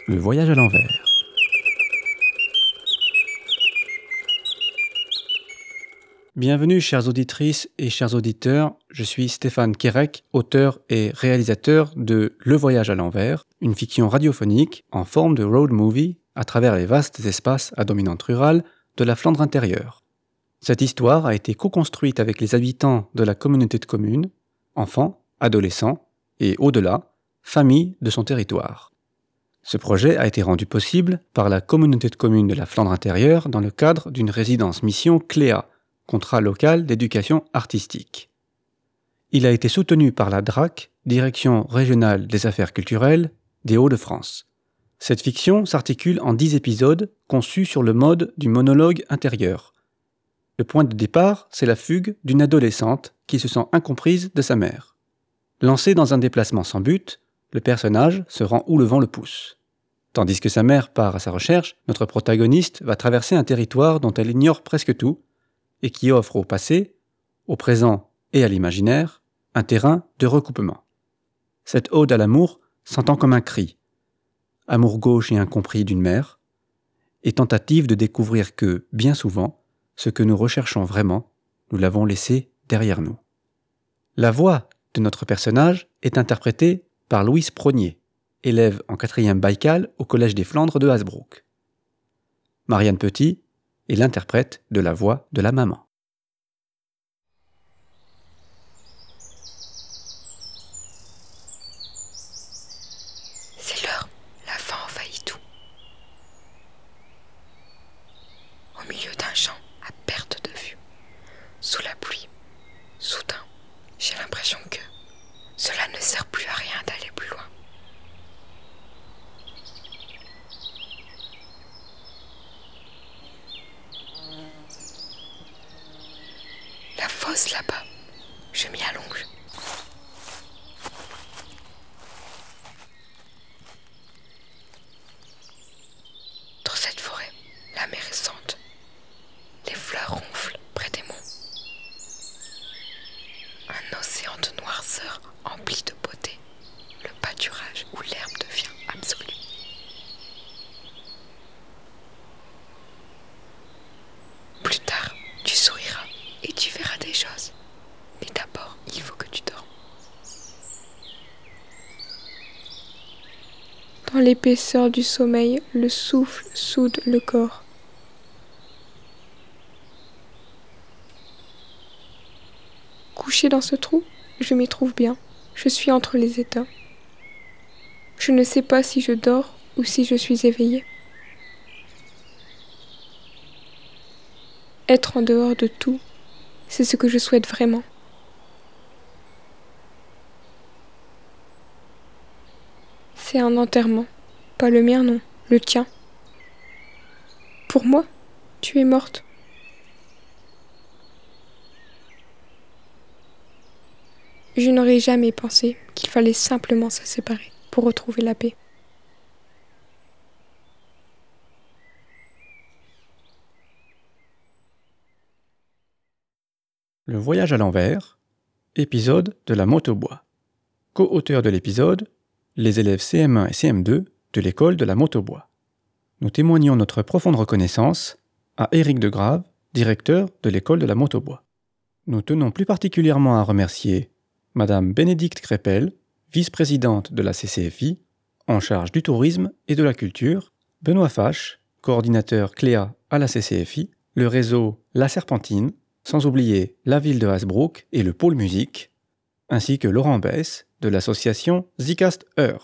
Le voyage à l'envers. Bienvenue chères auditrices et chers auditeurs, je suis Stéphane Quérec, auteur et réalisateur de Le voyage à l'envers, une fiction radiophonique en forme de road movie à travers les vastes espaces à dominante rurale de la Flandre intérieure. Cette histoire a été co-construite avec les habitants de la communauté de communes, enfants, adolescents et au-delà, familles de son territoire. Ce projet a été rendu possible par la communauté de communes de la Flandre intérieure dans le cadre d'une résidence mission CLEA, contrat local d'éducation artistique. Il a été soutenu par la DRAC, Direction régionale des affaires culturelles des Hauts-de-France. Cette fiction s'articule en 10 épisodes conçus sur le mode du monologue intérieur. Le point de départ, c'est la fugue d'une adolescente qui se sent incomprise de sa mère. Lancée dans un déplacement sans but, le personnage se rend où le vent le pousse. Tandis que sa mère part à sa recherche, notre protagoniste va traverser un territoire dont elle ignore presque tout et qui offre au passé, au présent et à l'imaginaire un terrain de recoupement. Cette ode à l'amour s'entend comme un cri, amour gauche et incompris d'une mère, et tentative de découvrir que, bien souvent, ce que nous recherchons vraiment, nous l'avons laissé derrière nous. La voix de notre personnage est interprétée par Louise Prognier, élève en 4e Baïkal au Collège des Flandres de Hasbrook. Marianne Petit est l'interprète de la voix de la maman. C'est l'heure, la faim envahit tout. Au milieu d'un champ à perte de vue, sous la pluie, soudain, j'ai l'impression que cela ne sert plus à rien d'aller plus loin. La fosse là-bas, je m'y allonge. Dans cette forêt, la mer est sente. Les fleurs ronflent près des monts. Un océan de noirceur empli de beauté, le pâturage où l'herbe devient absolue. Plus tard, tu souriras et tu verras des choses. Mais d'abord, il faut que tu dormes. Dans l'épaisseur du sommeil, le souffle soude le corps. Couché dans ce trou, je m'y trouve bien. Je suis entre les états. Je ne sais pas si je dors ou si je suis éveillée. Être en dehors de tout, c'est ce que je souhaite vraiment. C'est un enterrement. Pas le mien, non. Le tien. Pour moi, tu es morte. Je n'aurais jamais pensé qu'il fallait simplement se séparer pour retrouver la paix. Le voyage à l'envers, épisode de la motobois. Co-auteur de l'épisode, les élèves CM1 et CM2 de l'école de la motobois. Nous témoignons notre profonde reconnaissance à Éric Degrave, directeur de l'école de la motobois. Nous tenons plus particulièrement à remercier Madame Bénédicte Crépel, vice-présidente de la CCFI, en charge du tourisme et de la culture, Benoît Fache, coordinateur CLEA à la CCFI, le réseau La Serpentine, sans oublier la ville de Hasbrook et le pôle musique, ainsi que Laurent Bess de l'association Zicast Heure.